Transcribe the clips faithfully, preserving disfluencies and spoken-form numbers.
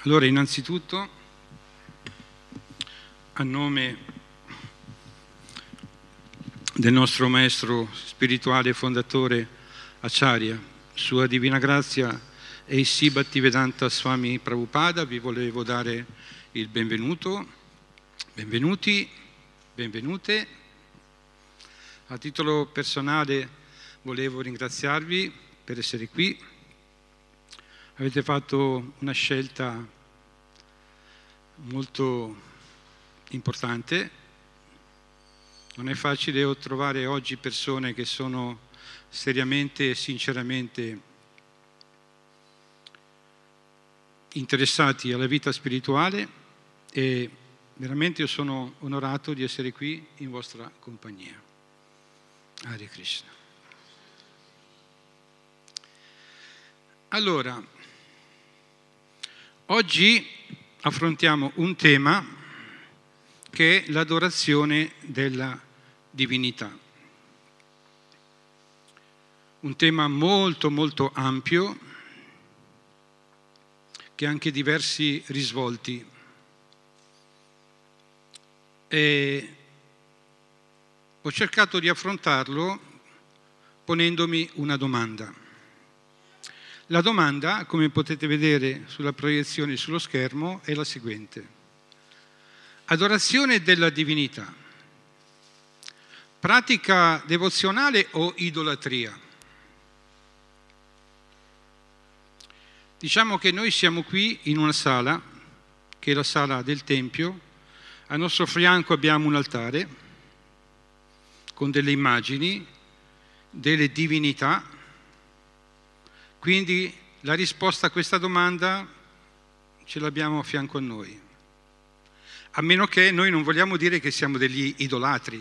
Allora, innanzitutto, a nome del nostro maestro spirituale e fondatore Acharya, Sua Divina Grazia e Sri Bhaktivedanta Swami Prabhupada, vi volevo dare il benvenuto, benvenuti, benvenute. A titolo personale volevo ringraziarvi per essere qui. Avete fatto una scelta molto importante. Non è facile trovare oggi persone che sono seriamente e sinceramente interessati alla vita spirituale e veramente io sono onorato di essere qui in vostra compagnia. Hare Krishna. Allora, oggi affrontiamo un tema che è l'adorazione della divinità. Un tema molto molto ampio che ha anche diversi risvolti. E ho cercato di affrontarlo ponendomi una domanda. La domanda, come potete vedere sulla proiezione sullo schermo, è la seguente. Adorazione della divinità. Pratica devozionale o idolatria? Diciamo che noi siamo qui in una sala, che è la sala del Tempio. Al nostro fianco abbiamo un altare con delle immagini, delle divinità. Quindi la risposta a questa domanda ce l'abbiamo a fianco a noi. A meno che noi non vogliamo dire che siamo degli idolatri.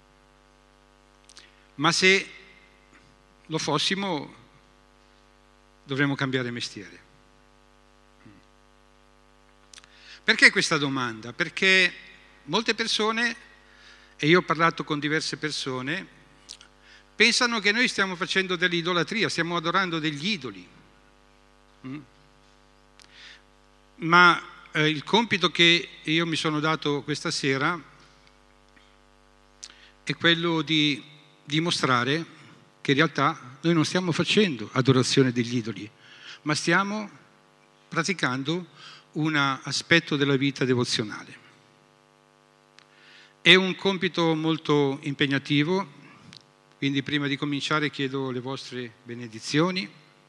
Ma se lo fossimo, dovremmo cambiare mestiere. Perché questa domanda? Perché molte persone, e io ho parlato con diverse persone, pensano che noi stiamo facendo dell'idolatria, stiamo adorando degli idoli. Mm? Ma eh, il compito che io mi sono dato questa sera è quello di dimostrare che in realtà noi non stiamo facendo adorazione degli idoli, ma stiamo praticando un aspetto della vita devozionale. È un compito molto impegnativo. Quindi prima di cominciare chiedo le vostre benedizioni,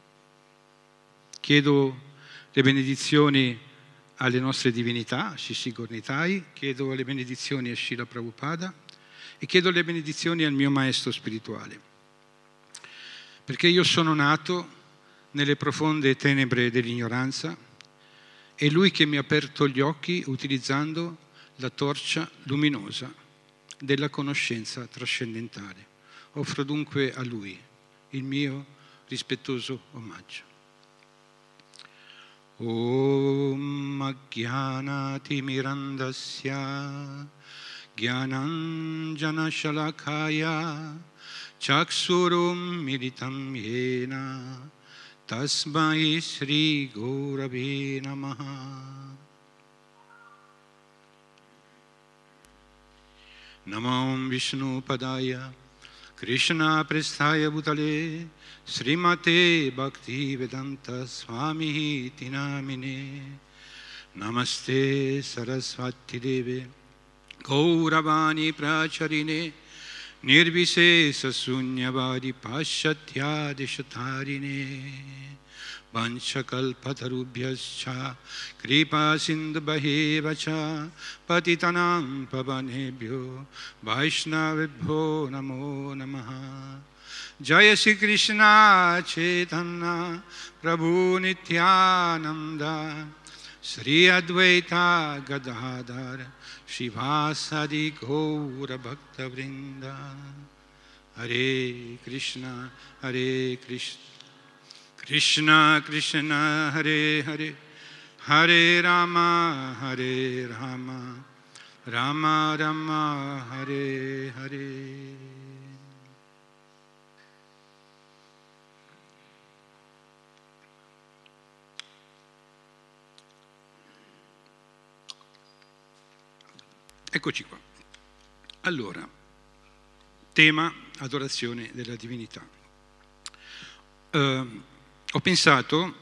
chiedo le benedizioni alle nostre divinità, Shishi Gornitai, chiedo le benedizioni a Srila Prabhupada e chiedo le benedizioni al mio maestro spirituale. Perché io sono nato nelle profonde tenebre dell'ignoranza e lui che mi ha aperto gli occhi utilizzando la torcia luminosa della conoscenza trascendentale. Offro dunque a lui il mio rispettoso omaggio. Om Ajnanati Mirandasya Jnananjana Shalakaya Chaksurum Militam Yena Tasmai Sri Gurave Namaha. Namam Vishnu Padaya Krishna Prasthaya Bhutale Srimate Bhaktivedanta Swami Tinamine Namaste Saraswati Deve Gauravani Pracharine Nirvisesa Sunyavadi Pashatyadishatarine Vanchakalpatarubhyascha Kripa Sindhubhayevacha Patitanam Pavanebhyo Vaishnavibhyo Namo Namaha. Jaya Shri Krishna Chaitanya Prabhu Nityananda Sri Advaita Gadadhar Shivasadi Gaura Bhakta Vrinda. Hare Krishna Hare Krishna Krishna Krishna Hare Hare Hare Rama Hare Rama Rama Rama Hare Hare. Eccoci qua. Allora, tema adorazione della divinità. Uh, ho pensato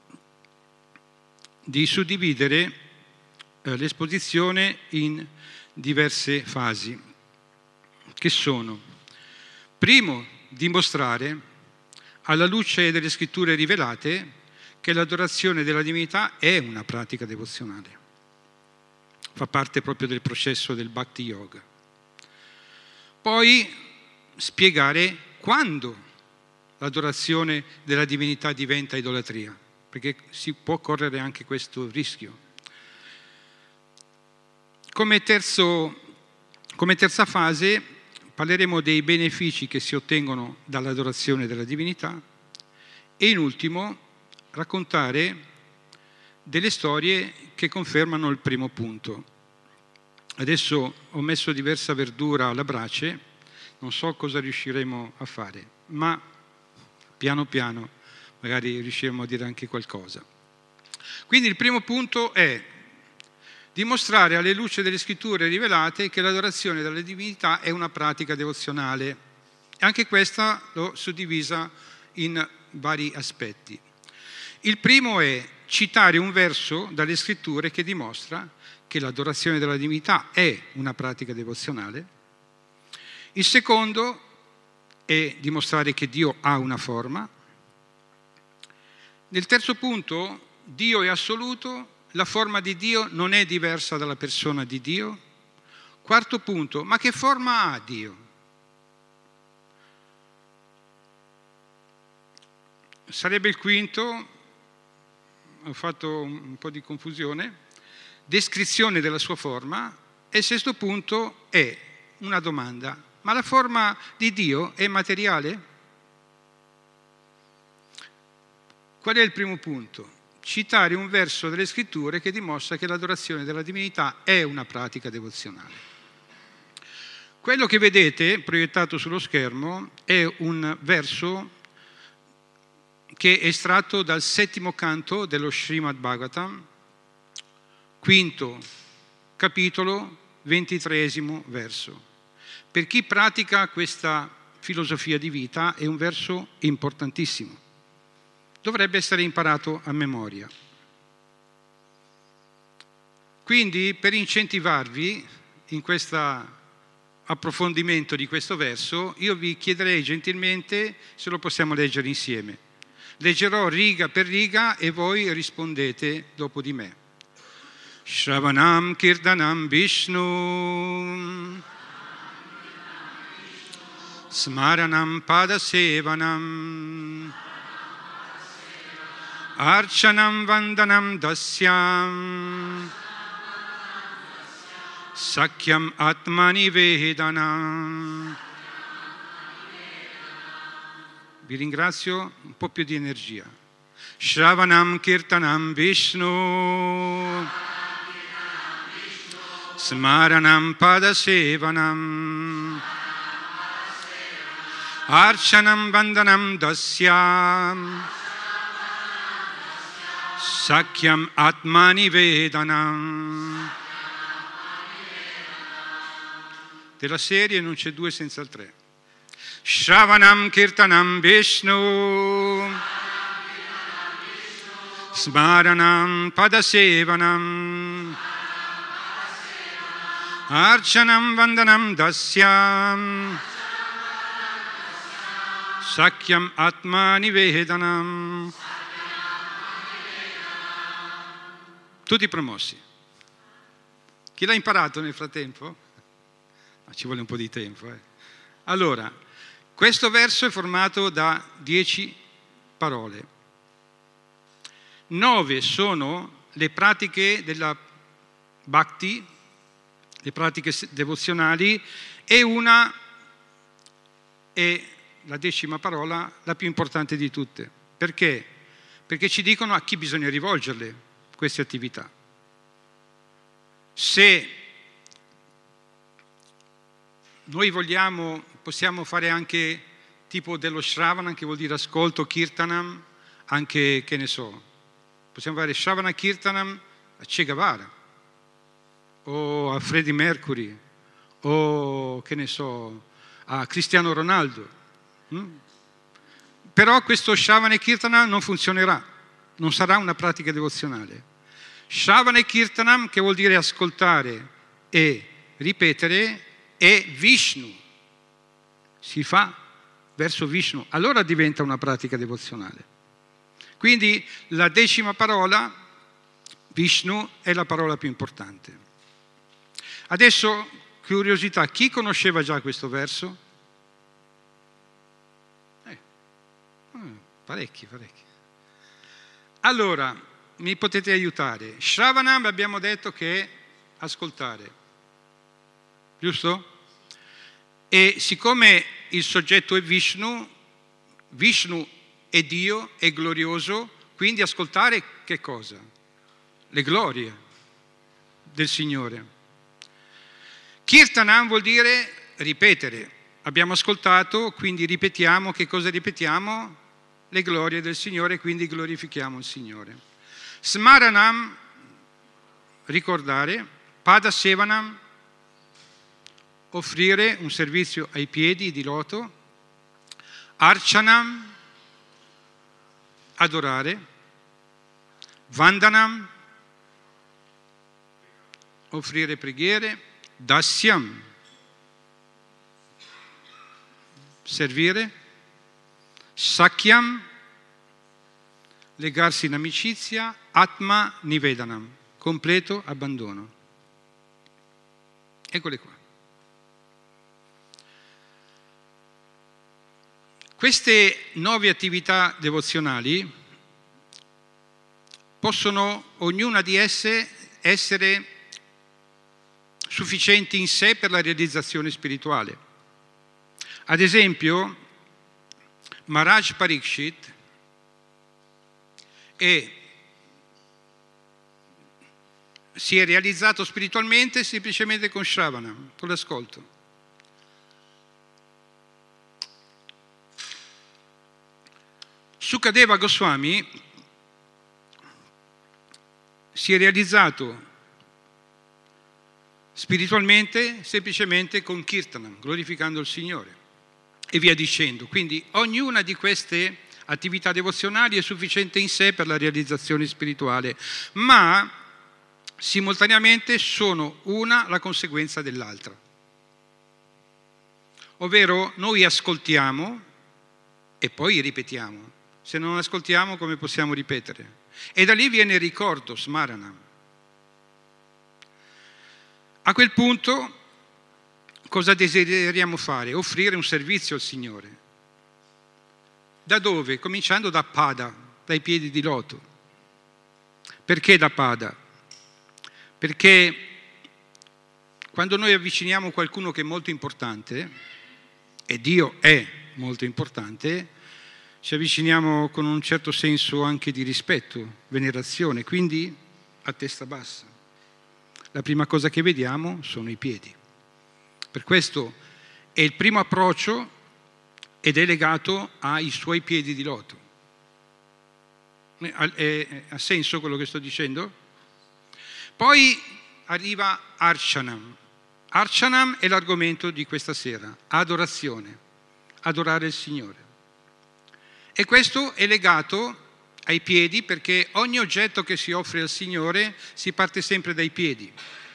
di suddividere uh, l'esposizione in diverse fasi, che sono: primo, dimostrare alla luce delle scritture rivelate che l'adorazione della divinità è una pratica devozionale, fa parte proprio del processo del Bhakti Yoga. Poi spiegare quando l'adorazione della divinità diventa idolatria, perché si può correre anche questo rischio. Come, terzo, come terza fase parleremo dei benefici che si ottengono dall'adorazione della divinità e in ultimo raccontare delle storie che confermano il primo punto. Adesso ho messo diversa verdura alla brace, non so cosa riusciremo a fare, ma piano piano magari riusciremo a dire anche qualcosa. Quindi il primo punto è dimostrare alle luci delle scritture rivelate che l'adorazione della divinità è una pratica devozionale. Anche questa l'ho suddivisa in vari aspetti. Il primo è citare un verso dalle scritture che dimostra che l'adorazione della divinità è una pratica devozionale. Il secondo è dimostrare che Dio ha una forma. Nel terzo punto, Dio è assoluto, la forma di Dio non è diversa dalla persona di Dio. Quarto punto, ma che forma ha Dio? Sarebbe il quinto, ho fatto un po' di confusione, descrizione della sua forma, e il sesto punto è una domanda: ma la forma di Dio è materiale? Qual è il primo punto? Citare un verso delle scritture che dimostra che l'adorazione della divinità è una pratica devozionale. Quello che vedete proiettato sullo schermo è un verso che è estratto dal settimo canto dello Srimad Bhagavatam, quinto capitolo, ventitreesimo verso. Per chi pratica questa filosofia di vita è un verso importantissimo. Dovrebbe essere imparato a memoria. Quindi, per incentivarvi in questo approfondimento di questo verso, io vi chiederei gentilmente se lo possiamo leggere insieme. Leggerò riga per riga e voi rispondete dopo di me. Shravanam Kirtanam Vishnu Smaranam Padasevanam Archanam Vandanam Dasyam Sakyam Atmani Vedanam. Vi ringrazio, un po' più di energia. Shravanam Kirtanam Vishnu Smaranam Padasevanam Archanam Vandanam Dasyam Sakyam Atmani Vedanam. Della serie non c'è due senza il tre. Shravanam Kirtanam Vishnu Smaranam Padasevanam Archanam Vandanam Dasyam Sakyam Atmani Vedanam. Tutti promossi. Chi l'ha imparato nel frattempo? Ah, ci vuole un po' di tempo. Eh. Allora, questo verso è formato da dieci parole. Nove sono le pratiche della Bhakti, le pratiche devozionali, e una è la decima parola, la più importante di tutte. Perché? Perché ci dicono a chi bisogna rivolgerle queste attività. Se noi vogliamo, possiamo fare anche tipo dello Shravana, che vuol dire ascolto, Kirtanam, anche, che ne so, possiamo fare Shravana Kirtanam a Che Guevara, o a Freddie Mercury o, che ne so, a Cristiano Ronaldo. Mm? Però questo Shravana e Kirtanam non funzionerà, non sarà una pratica devozionale. Shravana e Kirtanam, che vuol dire ascoltare e ripetere, è Vishnu. Si fa verso Vishnu, allora diventa una pratica devozionale. Quindi la decima parola, Vishnu, è la parola più importante. Adesso, curiosità, chi conosceva già questo verso? Eh, parecchi, parecchi. Allora, mi potete aiutare. Shravanam abbiamo detto che è ascoltare, giusto? E siccome il soggetto è Vishnu, Vishnu è Dio, è glorioso, quindi ascoltare che cosa? Le glorie del Signore. Kirtanam vuol dire ripetere. Abbiamo ascoltato, quindi ripetiamo. Che cosa ripetiamo? Le glorie del Signore, quindi glorifichiamo il Signore. Smaranam, ricordare. Padasevanam, offrire un servizio ai piedi di loto. Archanam, adorare. Vandanam, offrire preghiere. Dasyam, servire. Sakyam, legarsi in amicizia. Atma nivedanam, completo abbandono. Eccole qua. Queste nove attività devozionali possono, ognuna di esse, essere sufficienti in sé per la realizzazione spirituale. Ad esempio, Maharaj Parikshit è, si è realizzato spiritualmente semplicemente con Shravana, con l'ascolto. Sukadeva Goswami si è realizzato spiritualmente semplicemente con Kirtanam, glorificando il Signore, e via dicendo. Quindi ognuna di queste attività devozionali è sufficiente in sé per la realizzazione spirituale, ma simultaneamente sono una la conseguenza dell'altra. Ovvero noi ascoltiamo e poi ripetiamo. Se non ascoltiamo, come possiamo ripetere? E da lì viene il ricordo, smarana. A quel punto, cosa desideriamo fare? Offrire un servizio al Signore. Da dove? Cominciando da Pada, dai piedi di loto. Perché da Pada? Perché quando noi avviciniamo qualcuno che è molto importante, e Dio è molto importante, ci avviciniamo con un certo senso anche di rispetto, venerazione, quindi a testa bassa. La prima cosa che vediamo sono i piedi. Per questo è il primo approccio ed è legato ai suoi piedi di loto. Ha senso quello che sto dicendo? Poi arriva Archanam. Archanam è l'argomento di questa sera, adorazione, adorare il Signore. E questo è legato ai piedi, perché ogni oggetto che si offre al Signore si parte sempre dai piedi.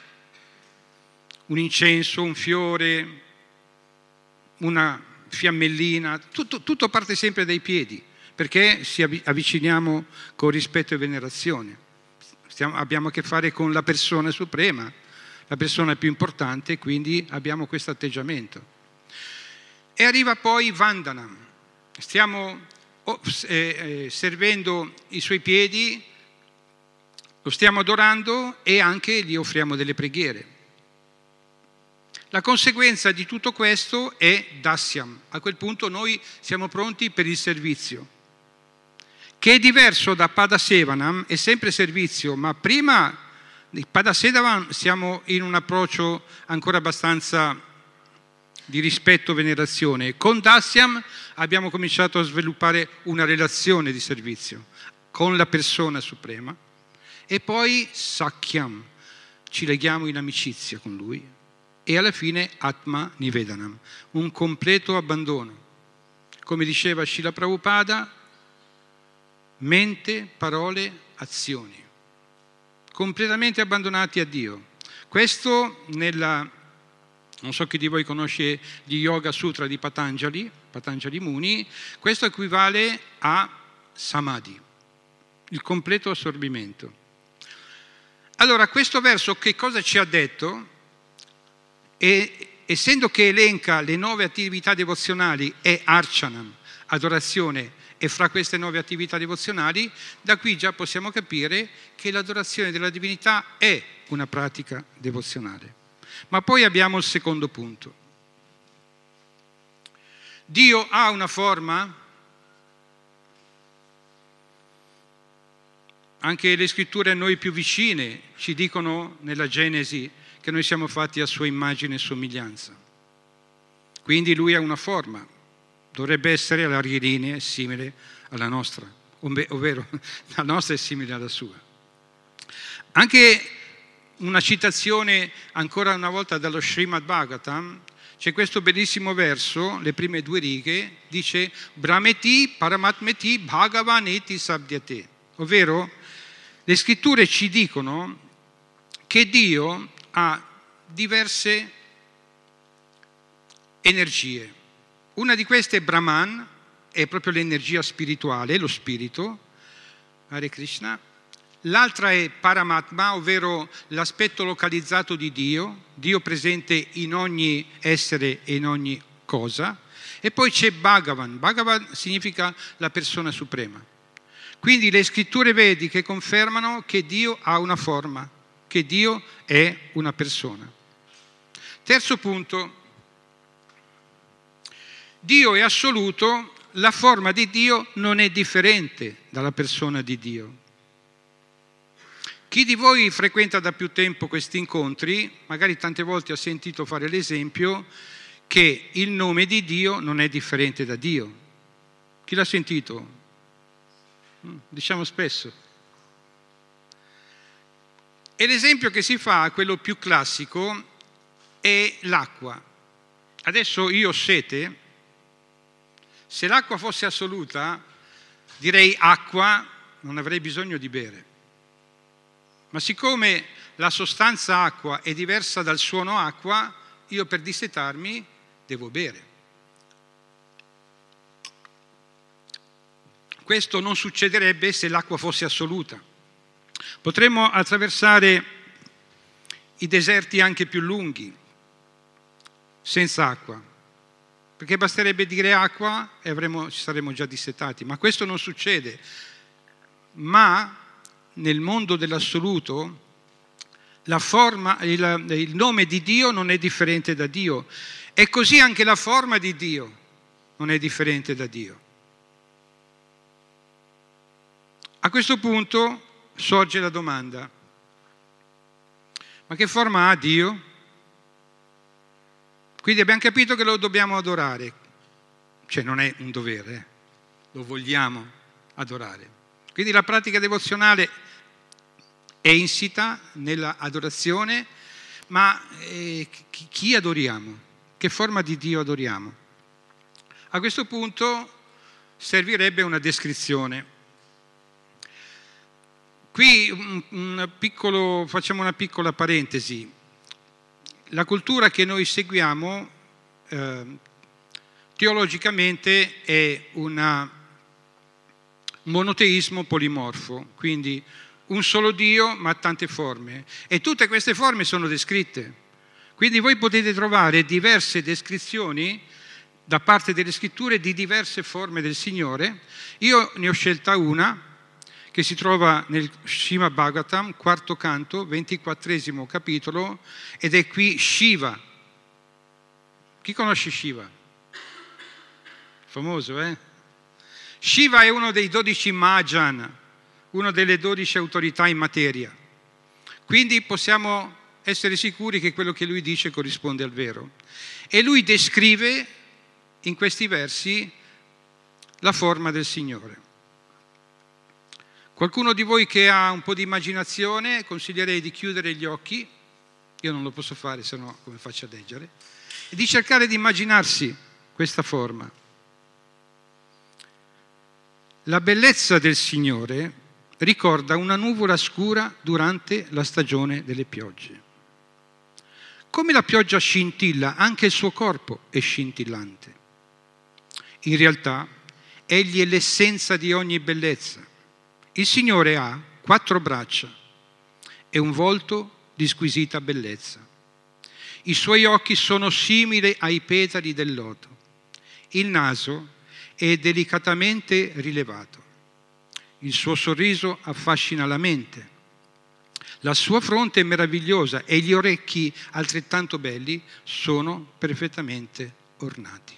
Un incenso, un fiore, una fiammellina, tutto, tutto parte sempre dai piedi, perché ci avviciniamo con rispetto e venerazione. Stiamo, abbiamo a che fare con la persona suprema, la persona più importante, quindi abbiamo questo atteggiamento. E arriva poi Vandanam. Stiamo Oh, eh, eh, servendo i suoi piedi, lo stiamo adorando e anche gli offriamo delle preghiere. La conseguenza di tutto questo è Dasyam. A quel punto noi siamo pronti per il servizio, che è diverso da Padasevanam, è sempre servizio, ma prima di Padasevanam siamo in un approccio ancora abbastanza di rispetto e venerazione. Con Dasyam abbiamo cominciato a sviluppare una relazione di servizio con la persona suprema. E poi Sakyam, ci leghiamo in amicizia con Lui e alla fine Atma Nivedanam, un completo abbandono. Come diceva Srila Prabhupada, mente, parole, azioni, completamente abbandonati a Dio. Questo nella, non so chi di voi conosce gli Yoga Sutra di Patanjali, Patanjali Muni, questo equivale a Samadhi, il completo assorbimento. Allora, questo verso che cosa ci ha detto? E, essendo che elenca le nove attività devozionali è Archanam, adorazione, e fra queste nove attività devozionali, da qui già possiamo capire che l'adorazione della divinità è una pratica devozionale. Ma poi abbiamo il secondo punto. Dio ha una forma? Anche le scritture a noi più vicine ci dicono nella Genesi che noi siamo fatti a sua immagine e somiglianza. Quindi lui ha una forma. Dovrebbe essere a larghe linee simile alla nostra, ovvero la nostra è simile alla sua. Anche una citazione ancora una volta dallo Srimad Bhagavatam, c'è questo bellissimo verso, le prime due righe, dice Brahmeti Paramatmeti Bhagavaneti Sabdyate, ovvero le scritture ci dicono che Dio ha diverse energie. Una di queste è Brahman, è proprio l'energia spirituale, lo spirito, Hare Krishna. L'altra è Paramatma, ovvero l'aspetto localizzato di Dio, Dio presente in ogni essere e in ogni cosa. E poi c'è Bhagavan, Bhagavan significa la persona suprema. Quindi le scritture vediche confermano che Dio ha una forma, che Dio è una persona. Terzo punto. Dio è assoluto, la forma di Dio non è differente dalla persona di Dio. Chi di voi frequenta da più tempo questi incontri, magari tante volte ha sentito fare l'esempio che il nome di Dio non è differente da Dio. Chi l'ha sentito? Diciamo spesso. E l'esempio che si fa, quello più classico, è l'acqua. Adesso io ho sete. Se l'acqua fosse assoluta, direi acqua, non avrei bisogno di bere. Ma siccome la sostanza acqua è diversa dal suono acqua, io per dissetarmi devo bere. Questo non succederebbe se l'acqua fosse assoluta. Potremmo attraversare i deserti anche più lunghi senza acqua. Perché basterebbe dire acqua e avremo, ci saremmo già dissetati, ma questo non succede. Ma nel mondo dell'assoluto la forma, il, il nome di Dio non è differente da Dio, e così anche la forma di Dio non è differente da Dio. A questo punto sorge la domanda: ma che forma ha Dio? Quindi abbiamo capito che lo dobbiamo adorare, cioè non è un dovere, eh? Lo vogliamo adorare. Quindi la pratica devozionale è insita nella adorazione, ma eh, chi, chi adoriamo? Che forma di Dio adoriamo? A questo punto servirebbe una descrizione. Qui un, un piccolo, facciamo una piccola parentesi. La cultura che noi seguiamo eh, teologicamente è una, un monoteismo polimorfo, quindi un solo Dio ma tante forme, e tutte queste forme sono descritte. Quindi voi potete trovare diverse descrizioni da parte delle scritture di diverse forme del Signore. Io ne ho scelta una che si trova nel Srimad Bhagavatam, quarto canto, ventiquattresimo capitolo, ed è qui Shiva. Chi conosce Shiva? Famoso, eh? Shiva è uno dei dodici Mahajan, una delle dodici autorità in materia. Quindi possiamo essere sicuri che quello che lui dice corrisponde al vero. E lui descrive in questi versi la forma del Signore. Qualcuno di voi che ha un po' di immaginazione, consiglierei di chiudere gli occhi io non lo posso fare, se no come faccio a leggere, e di cercare di immaginarsi questa forma. La bellezza del Signore ricorda una nuvola scura durante la stagione delle piogge. Come la pioggia scintilla, anche il suo corpo è scintillante. In realtà, egli è l'essenza di ogni bellezza. Il Signore ha quattro braccia e un volto di squisita bellezza. I suoi occhi sono simili ai petali del loto. Il naso è delicatamente rilevato. Il suo sorriso affascina la mente. La sua fronte è meravigliosa e gli orecchi, altrettanto belli, sono perfettamente ornati.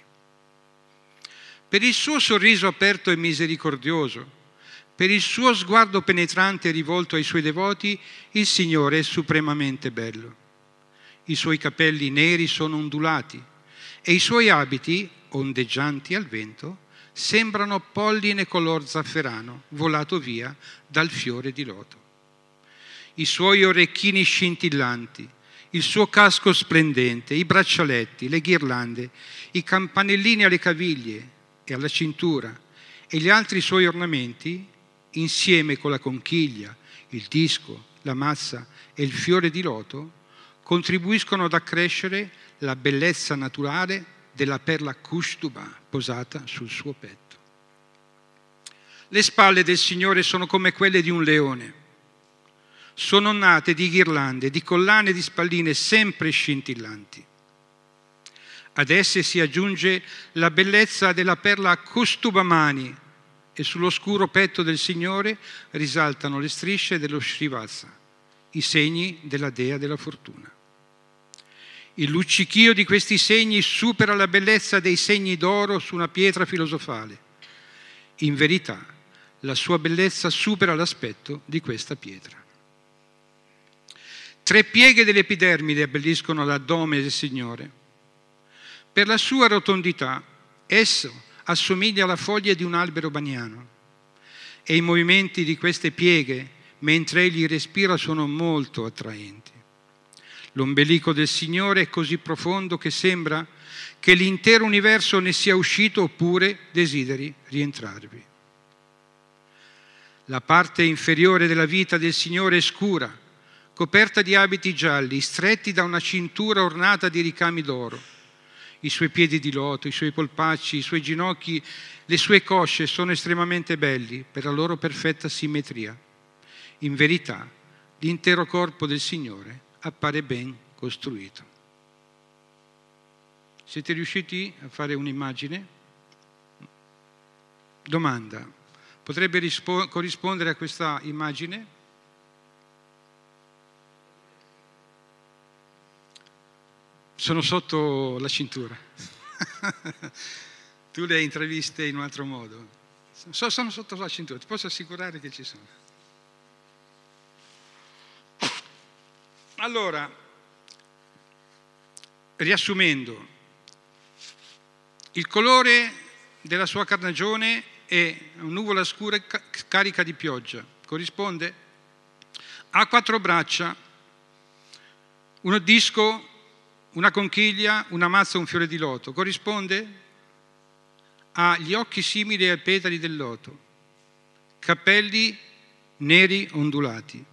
Per il suo sorriso aperto e misericordioso, per il suo sguardo penetrante rivolto ai suoi devoti, il Signore è supremamente bello. I suoi capelli neri sono ondulati e i suoi abiti, ondeggianti al vento, sembrano polline color zafferano volato via dal fiore di loto. I suoi orecchini scintillanti, il suo casco splendente, i braccialetti, le ghirlande, i campanellini alle caviglie e alla cintura e gli altri suoi ornamenti, insieme con la conchiglia, il disco, la mazza e il fiore di loto, contribuiscono ad accrescere la bellezza naturale della perla Kushtuba posata sul suo petto. Le spalle del Signore sono come quelle di un leone. Sono nate di ghirlande, di collane e di spalline sempre scintillanti. Ad esse si aggiunge la bellezza della perla Kustubamani e sull'oscuro petto del Signore risaltano le strisce dello Shrivasa, i segni della dea della fortuna. Il luccichio di questi segni supera la bellezza dei segni d'oro su una pietra filosofale. In verità, la sua bellezza supera l'aspetto di questa pietra. Tre pieghe dell'epidermide abbelliscono l'addome del Signore. Per la sua rotondità, esso assomiglia alla foglia di un albero baniano e i movimenti di queste pieghe, mentre egli respira, sono molto attraenti. L'ombelico del Signore è così profondo che sembra che l'intero universo ne sia uscito oppure desideri rientrarvi. La parte inferiore della vita del Signore è scura, coperta di abiti gialli, stretti da una cintura ornata di ricami d'oro. I suoi piedi di loto, i suoi polpacci, i suoi ginocchi, le sue cosce sono estremamente belli per la loro perfetta simmetria. In verità, l'intero corpo del Signore appare ben costruito. Siete riusciti a fare un'immagine? Domanda: potrebbe rispo- corrispondere a questa immagine? Sono sotto la cintura. Tu le hai intraviste in un altro modo. So, sono sotto la cintura, ti posso assicurare che ci sono. Allora, riassumendo, il colore della sua carnagione è una nuvola scura carica di pioggia. Corrisponde? Ha quattro braccia, uno disco, una conchiglia, una mazza e un fiore di loto. Corrisponde? Ha gli occhi simili ai petali del loto, capelli neri ondulati,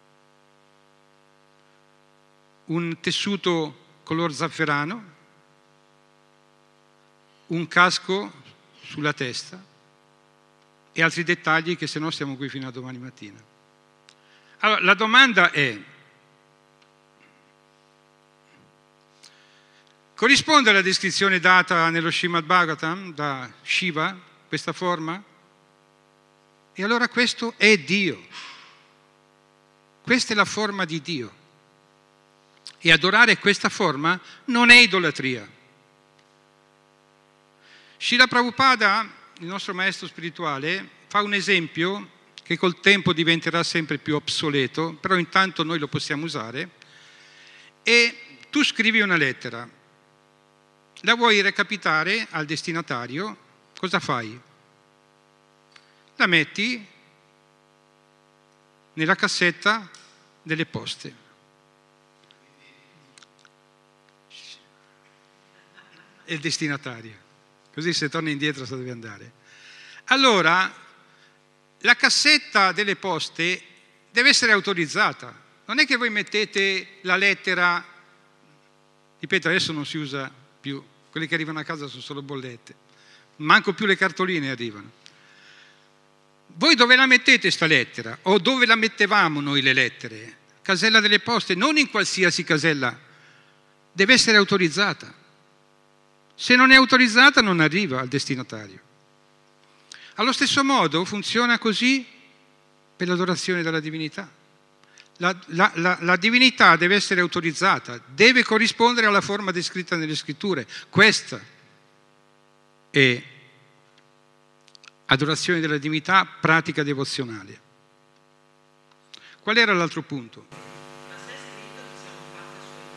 un tessuto color zafferano, un casco sulla testa e altri dettagli che se no stiamo qui fino a domani mattina. Allora, la domanda è: corrisponde alla descrizione data nello Srimad Bhagavatam da Shiva, questa forma? E allora questo è Dio. Questa è la forma di Dio. E adorare questa forma non è idolatria. Srila Prabhupada, il nostro maestro spirituale, fa un esempio che col tempo diventerà sempre più obsoleto, però intanto noi lo possiamo usare. E tu scrivi una lettera. La vuoi recapitare al destinatario, cosa fai? La metti nella cassetta delle poste. è il destinatario, così se torna indietro sa dove andare. Allora, la cassetta delle poste deve essere autorizzata. Non è che voi mettete la lettera, ripeto, adesso non si usa più, quelli che arrivano a casa sono solo bollette, manco più le cartoline arrivano. Voi dove la mettete sta lettera? O dove la mettevamo noi le lettere? Casella delle poste, non in qualsiasi casella, deve essere autorizzata. Se non è autorizzata non arriva al destinatario. Allo stesso modo funziona così per l'adorazione della divinità. La, la, la, la divinità deve essere autorizzata, deve corrispondere alla forma descritta nelle scritture. Questa è adorazione della divinità, pratica devozionale. Qual era l'altro punto? Ma se è scritto che siamo fatti a sua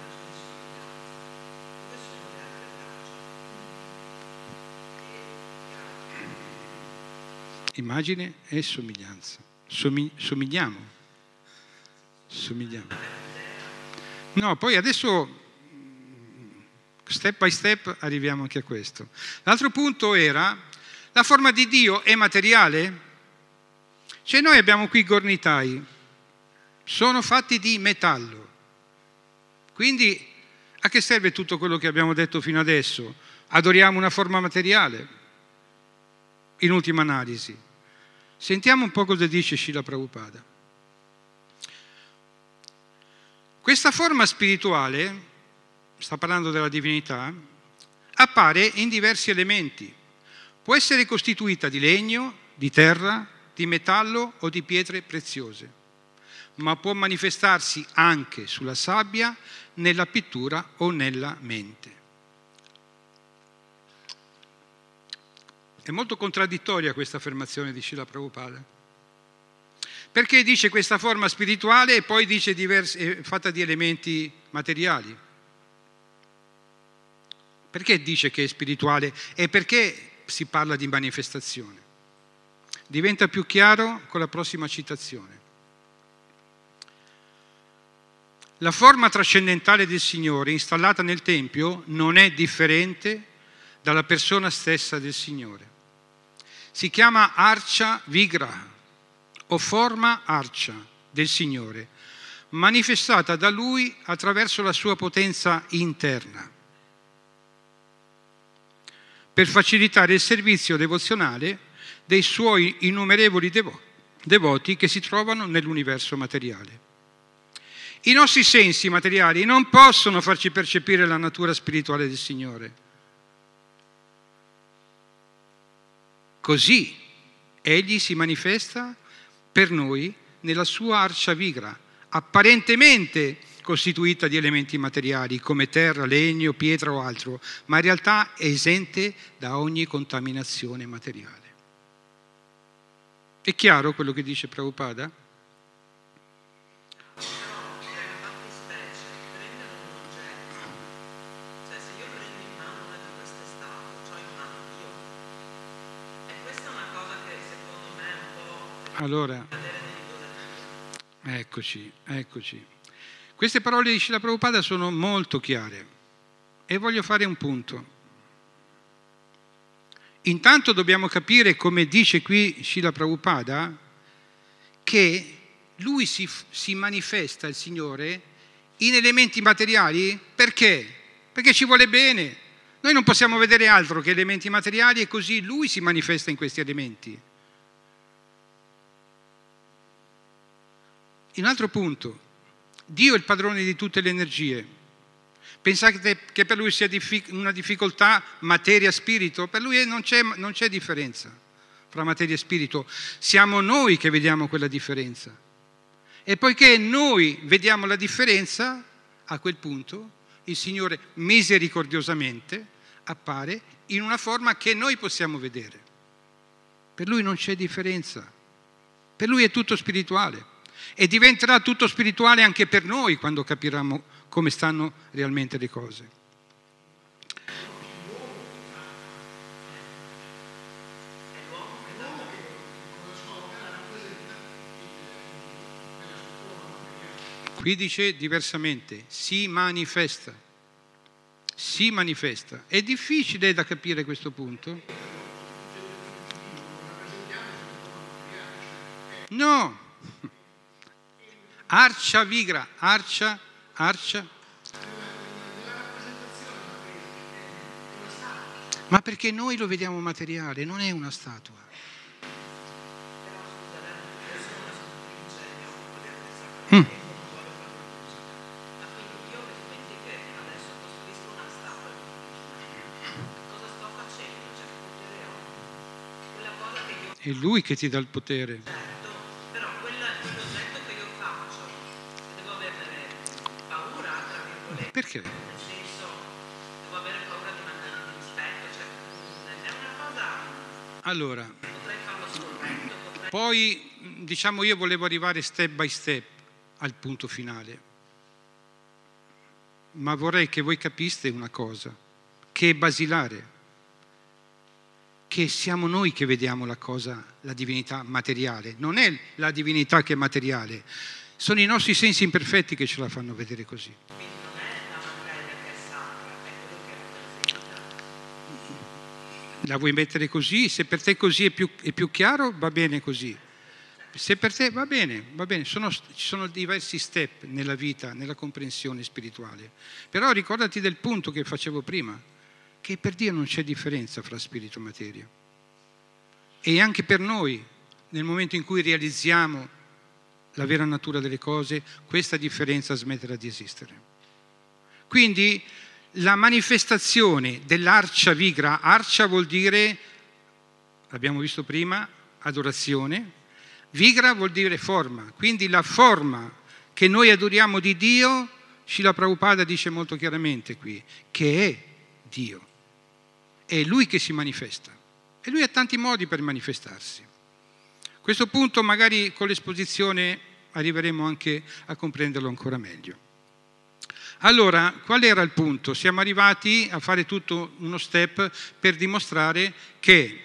immagine e somiglianza, dove sono le altre braccia? Immagine e somiglianza. Somi- somigliamo. Somigliamo. No, poi adesso step by step arriviamo anche a questo. L'altro punto era: la forma di Dio è materiale? Cioè noi abbiamo qui i gornitai, sono fatti di metallo. Quindi a che serve tutto quello che abbiamo detto fino adesso? Adoriamo una forma materiale? In ultima analisi. Sentiamo un po' cosa dice Srila Prabhupada. Questa forma spirituale, sta parlando della divinità, appare in diversi elementi. Può essere costituita di legno, di terra, di metallo o di pietre preziose, ma può manifestarsi anche sulla sabbia, nella pittura o nella mente. È molto contraddittoria questa affermazione di Srila Prabhupada. Perché dice questa forma spirituale e poi dice diversi, è fatta di elementi materiali? Perché dice che è spirituale e perché si parla di manifestazione? Diventa più chiaro con la prossima citazione. La forma trascendentale del Signore installata nel Tempio non è differente dalla persona stessa del Signore. Si chiama Archa Vigraha, o forma arcia del Signore, manifestata da Lui attraverso la sua potenza interna, per facilitare il servizio devozionale dei Suoi innumerevoli devo- devoti che si trovano nell'universo materiale. I nostri sensi materiali non possono farci percepire la natura spirituale del Signore. Così Egli si manifesta per noi nella sua Archa Vigraha, apparentemente costituita di elementi materiali come terra, legno, pietra o altro, ma in realtà è esente da ogni contaminazione materiale. È chiaro quello che dice Prabhupada? Allora, eccoci, eccoci. Queste parole di Srila Prabhupada sono molto chiare e voglio fare un punto. Intanto dobbiamo capire, come dice qui Srila Prabhupada, che lui si, si manifesta, il Signore, in elementi materiali. Perché? Perché ci vuole bene. Noi non possiamo vedere altro che elementi materiali e così lui si manifesta in questi elementi. Un altro punto, Dio è il padrone di tutte le energie. Pensate che per lui sia una difficoltà materia-spirito? Per lui non c'è, non c'è differenza fra materia e spirito. Siamo noi che vediamo quella differenza. E poiché noi vediamo la differenza, a quel punto il Signore misericordiosamente appare in una forma che noi possiamo vedere. Per lui non c'è differenza. Per lui è tutto spirituale. E diventerà tutto spirituale anche per noi quando capiremo come stanno realmente le cose. Qui dice diversamente, si manifesta. si manifesta. È difficile da capire questo punto? No. Arcia vigra, arcia, arcia. Ma perché noi lo vediamo materiale, non è una statua. Mm. È lui che ti dà il potere. Certo, però quella- quell'oggetto che io faccio, devo avere paura, tra virgolette, Perché? nel senso, devo avere paura di mancanza di rispetto, cioè, è una cosa, Allora, potrei farlo scorretto, potrei... poi diciamo io volevo arrivare step by step al punto finale, ma vorrei che voi capiste una cosa, che è basilare, che siamo noi che vediamo la cosa, la divinità materiale, non è la divinità che è materiale, sono i nostri sensi imperfetti che ce la fanno vedere così. Quindi non è la materia che è sacra, è quello che rappresenta. La vuoi mettere così? Se per te così è più, è più chiaro, va bene così. Se per te va bene, va bene. Sono, ci sono diversi step nella vita, nella comprensione spirituale. Però ricordati del punto che facevo prima, che per Dio non c'è differenza fra spirito e materia. E anche per noi, nel momento in cui realizziamo la vera natura delle cose, questa differenza smetterà di esistere. Quindi la manifestazione dell'arcia vigra, arcia vuol dire, l'abbiamo visto prima, adorazione, vigra vuol dire forma, quindi la forma che noi adoriamo di Dio, Srila Prabhupada dice molto chiaramente qui, che è Dio, è Lui che si manifesta e Lui ha tanti modi per manifestarsi. A questo punto magari con l'esposizione arriveremo anche a comprenderlo ancora meglio. Allora, qual era il punto? Siamo arrivati a fare tutto uno step per dimostrare che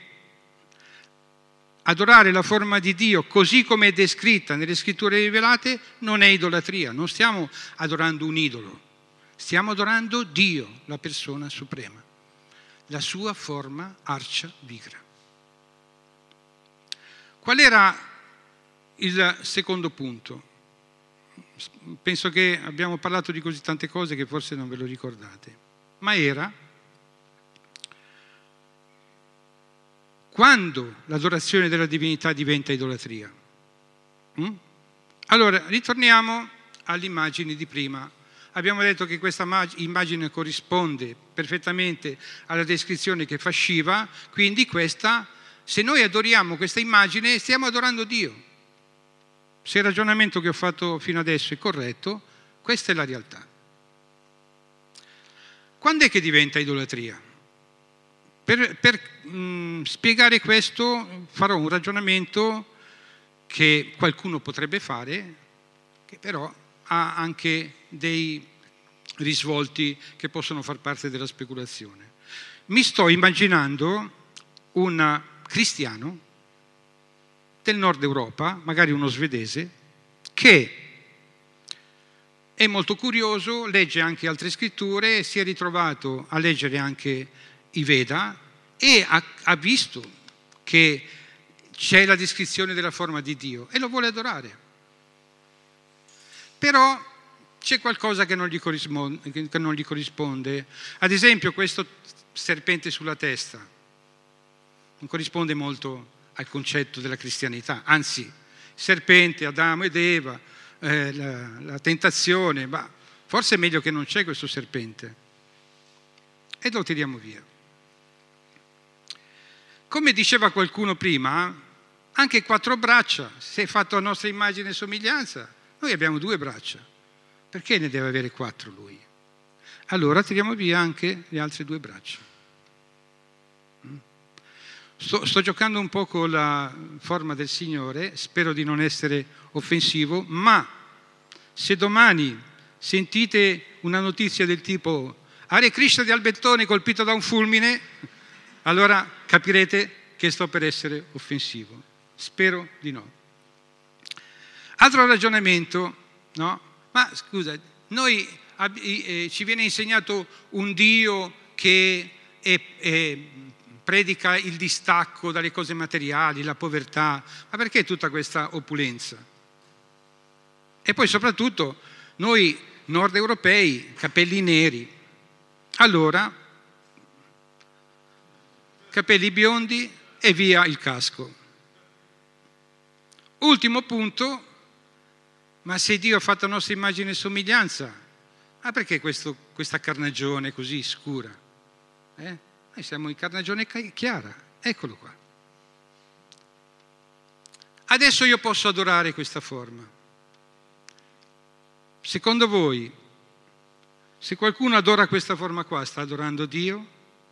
adorare la forma di Dio così come è descritta nelle scritture rivelate non è idolatria, non stiamo adorando un idolo, stiamo adorando Dio, la persona suprema, la sua forma arcia vigra. Qual era il secondo punto? Penso che abbiamo parlato di così tante cose che forse non ve lo ricordate, ma era quando l'adorazione della divinità diventa idolatria. Mm? Allora, ritorniamo all'immagine di prima. Abbiamo detto che questa immagine corrisponde perfettamente alla descrizione che fa Shiva, quindi questa, se noi adoriamo questa immagine, stiamo adorando Dio. Se il ragionamento che ho fatto fino adesso è corretto, questa è la realtà. Quando è che diventa idolatria? Per, per mh, spiegare questo farò un ragionamento che qualcuno potrebbe fare, che però ha anche dei risvolti che possono far parte della speculazione. Mi sto immaginando un cristiano del nord Europa, magari uno svedese, che è molto curioso, legge anche altre scritture, si è ritrovato a leggere anche i Veda e ha, ha visto che c'è la descrizione della forma di Dio e lo vuole adorare. Però c'è qualcosa che non gli corrisponde, che non gli corrisponde. Ad esempio questo serpente sulla testa non corrisponde molto al concetto della cristianità, anzi, serpente, Adamo ed Eva, eh, la, la tentazione, ma forse è meglio che non c'è questo serpente e lo tiriamo via. Come diceva qualcuno prima, anche quattro braccia, se è fatto a nostra immagine e somiglianza, noi abbiamo due braccia, perché ne deve avere quattro lui? Allora tiriamo via anche le altre due braccia. Sto, sto giocando un po' con la forma del Signore, spero di non essere offensivo, ma se domani sentite una notizia del tipo Hare Krishna di Albettone colpito da un fulmine, allora capirete che sto per essere offensivo. Spero di no. Altro ragionamento, no? Ma scusa, noi ci viene insegnato un Dio che è, è, predica il distacco dalle cose materiali, la povertà. Ma perché tutta questa opulenza? E poi soprattutto noi nord europei, capelli neri. Allora, capelli biondi e via il casco. Ultimo punto, ma se Dio ha fatto a nostra immagine e somiglianza, ma perché questo, questa carnagione così scura? Eh? Noi siamo in carnagione chiara, eccolo qua. Adesso io posso adorare questa forma. Secondo voi, se qualcuno adora questa forma qua, sta adorando Dio?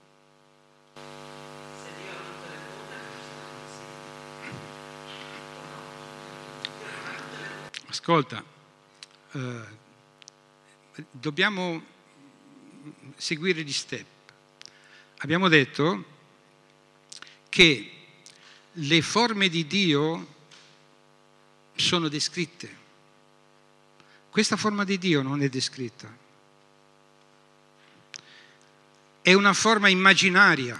Ascolta, eh, dobbiamo seguire gli step. Abbiamo detto che le forme di Dio sono descritte. Questa forma di Dio non è descritta. È una forma immaginaria.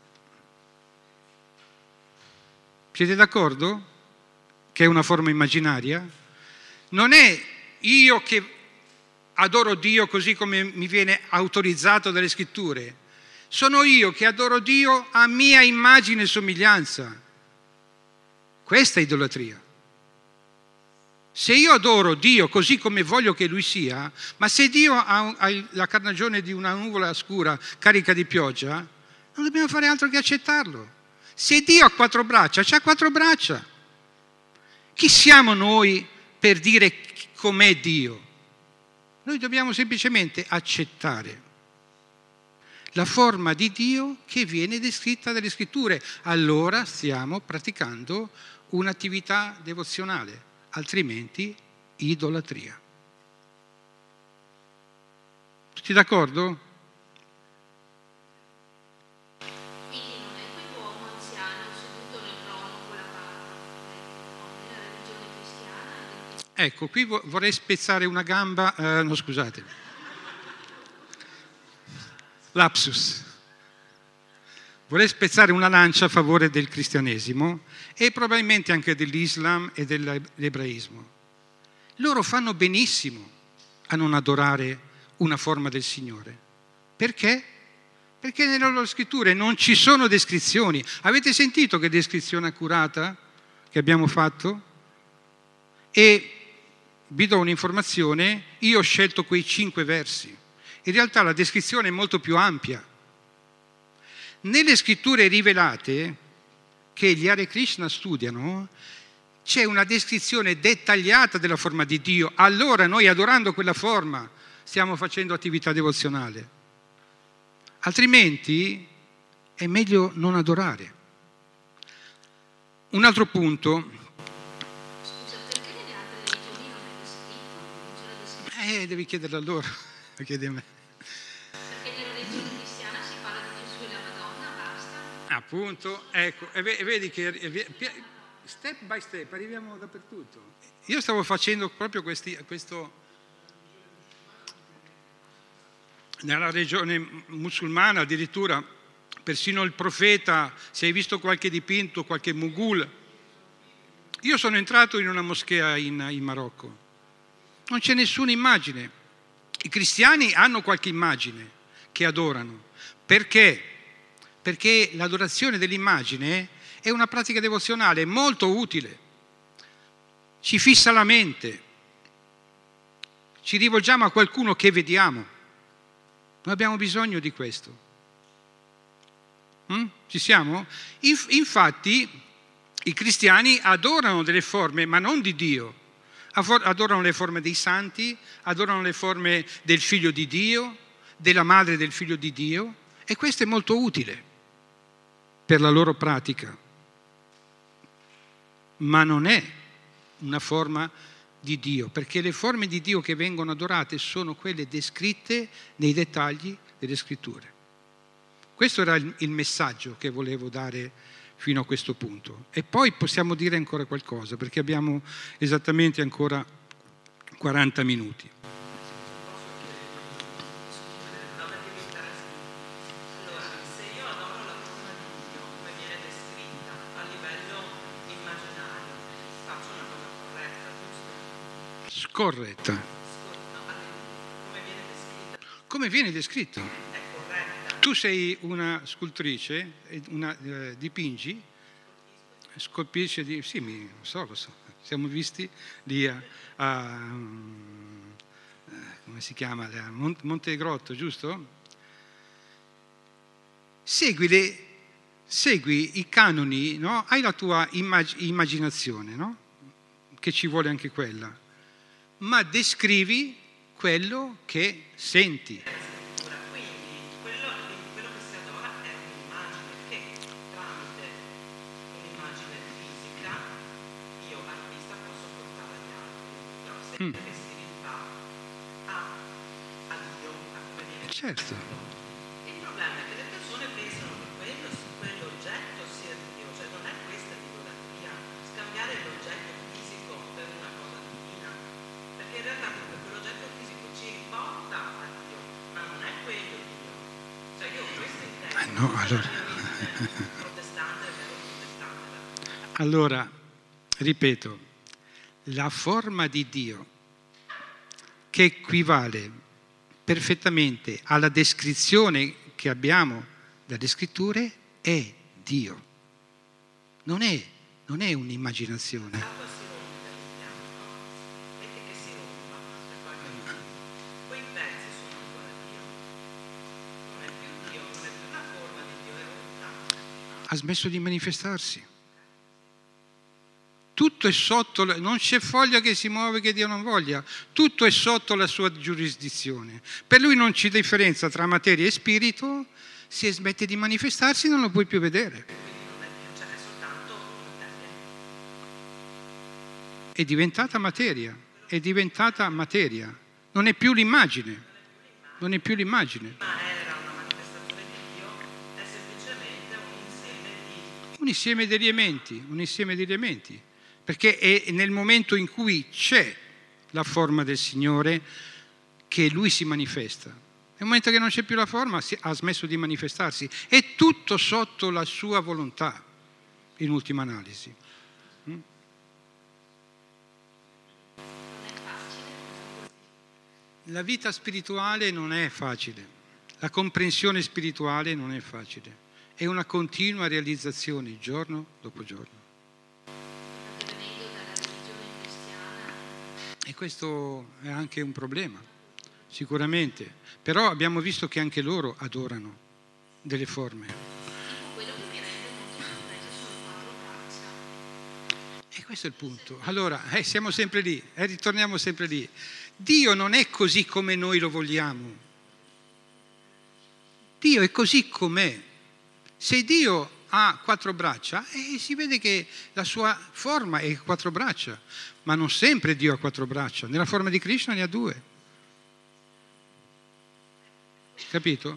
Siete d'accordo che è una forma immaginaria? Non è io che adoro Dio così come mi viene autorizzato dalle scritture. Sono io che adoro Dio a mia immagine e somiglianza. Questa è idolatria. Se io adoro Dio così come voglio che Lui sia, ma se Dio ha, ha la carnagione di una nuvola scura carica di pioggia, non dobbiamo fare altro che accettarlo. Se Dio ha quattro braccia, c'ha quattro braccia. Chi siamo noi per dire com'è Dio? Noi dobbiamo semplicemente accettare la forma di Dio che viene descritta dalle scritture. Allora stiamo praticando un'attività devozionale, altrimenti idolatria. Tutti d'accordo? Quindi non è quell'uomo anziano seduto nel trono con la barba, no, nella religione cristiana. Ecco, qui vorrei spezzare una gamba, eh, no scusate, lapsus. Vorrei spezzare una lancia a favore del cristianesimo e probabilmente anche dell'Islam e dell'ebraismo. Loro fanno benissimo a non adorare una forma del Signore. Perché? Perché nelle loro scritture non ci sono descrizioni. Avete sentito che descrizione accurata che abbiamo fatto? E vi do un'informazione, io ho scelto quei cinque versi. In realtà la descrizione è molto più ampia. Nelle scritture rivelate che gli Hare Krishna studiano c'è una descrizione dettagliata della forma di Dio. Allora noi adorando quella forma stiamo facendo attività devozionale. Altrimenti è meglio non adorare. Un altro punto. Scusa, perché nelle altre religioni non è descritto? Non c'era descritto? Eh, devi chiederlo a loro, chiedi a me. Perché nella religione cristiana si parla di Gesù e la Madonna, basta. Appunto, ecco, e vedi che step by step arriviamo dappertutto. Io stavo facendo proprio questi, questo nella regione musulmana, addirittura persino il profeta, se hai visto qualche dipinto, qualche Mughul. Io sono entrato in una moschea in, in Marocco, non c'è nessuna immagine. I cristiani hanno qualche immagine che adorano. Perché? Perché l'adorazione dell'immagine è una pratica devozionale molto utile. Ci fissa la mente. Ci rivolgiamo a qualcuno che vediamo. Noi abbiamo bisogno di questo. Mm? Ci siamo? Inf- infatti i cristiani adorano delle forme, ma non di Dio. Adorano le forme dei santi, adorano le forme del figlio di Dio, della madre del figlio di Dio, e questo è molto utile per la loro pratica. Ma non è una forma di Dio, perché le forme di Dio che vengono adorate sono quelle descritte nei dettagli delle scritture. Questo era il, il messaggio che volevo dare fino a questo punto. E poi possiamo dire ancora qualcosa, perché abbiamo esattamente ancora quaranta minuti. scorretta. Scor- no, alle- come viene descritta, Come viene descritto? è corretta. Tu sei una scultrice, e una, eh, dipingi, scolpisce di... Sì, mi, lo so, lo so. Siamo visti lì a... a mm, eh, come si chiama? A Mon- Montegrotto, giusto? Segui, le, segui i canoni, no? Hai la tua immag- immaginazione, no? Che ci vuole anche quella, ma descrivi quello che senti. Ora, quindi quello, quello che si adora è un'immagine che tramite un'immagine fisica io artista posso portare agli altri, però sempre che si rifà a, a Dio, a come viene Certo. descritto. Il problema è che le persone pensano che quello, quell'oggetto sia Dio, cioè non è questa l'idolatria, scambiare l'oggetto fisico per una cosa divina, perché in realtà quell'oggetto fisico ci porta a Dio, ma non è quello Dio. Cioè io ho questo intendo, Eh no, allora. protestante, vero protestante. Allora, ripeto, la forma di Dio che equivale perfettamente alla descrizione che abbiamo dalle scritture è Dio. Non è, non è un'immaginazione. L'acqua si rompe l'impianto, no? Metti che si rompa, e poi quei pezzi sono ancora Dio. Non è più Dio, non è più la forma di Dio, è rotta. Ha smesso di manifestarsi. Tutto è sotto, non c'è foglia che si muove che Dio non voglia, tutto è sotto la sua giurisdizione. Per lui non c'è differenza tra materia e spirito, se smette di manifestarsi non lo puoi più vedere. Quindi non è più, cioè è soltanto materia. È diventata materia, è diventata materia, non è più l'immagine, non è più l'immagine. Ma era una manifestazione di Dio, è semplicemente un insieme di... Un insieme di elementi, un insieme di elementi, perché è nel momento in cui c'è la forma del Signore che Lui si manifesta. Nel momento che non c'è più la forma, ha smesso di manifestarsi. È tutto sotto la sua volontà, in ultima analisi. Non è facile. La vita spirituale non è facile, la comprensione spirituale non è facile, è una continua realizzazione giorno dopo giorno. State venendo dalla religione cristiana. E questo è anche un problema, sicuramente. Però abbiamo visto che anche loro adorano delle forme. Tipo quello che mi rende molto sorpresa sono quattro braccia. E questo è il punto. Allora, eh, siamo sempre lì, eh, ritorniamo sempre lì. Dio non è così come noi lo vogliamo. Dio è così com'è. Se Dio ha quattro braccia, eh, si vede che la sua forma è quattro braccia, ma non sempre Dio ha quattro braccia. Nella forma di Krishna ne ha due. Capito?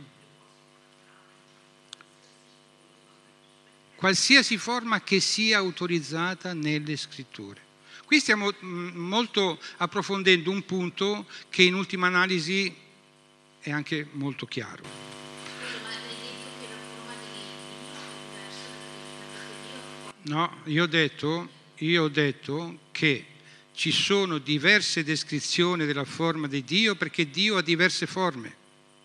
Qualsiasi forma che sia autorizzata nelle scritture. Qui stiamo molto approfondendo un punto che in ultima analisi è anche molto chiaro. Scusa, ma hai detto che la forma di Dio è diversa da quella di Dio? No, io ho detto, io ho detto che ci sono diverse descrizioni della forma di Dio perché Dio ha diverse forme.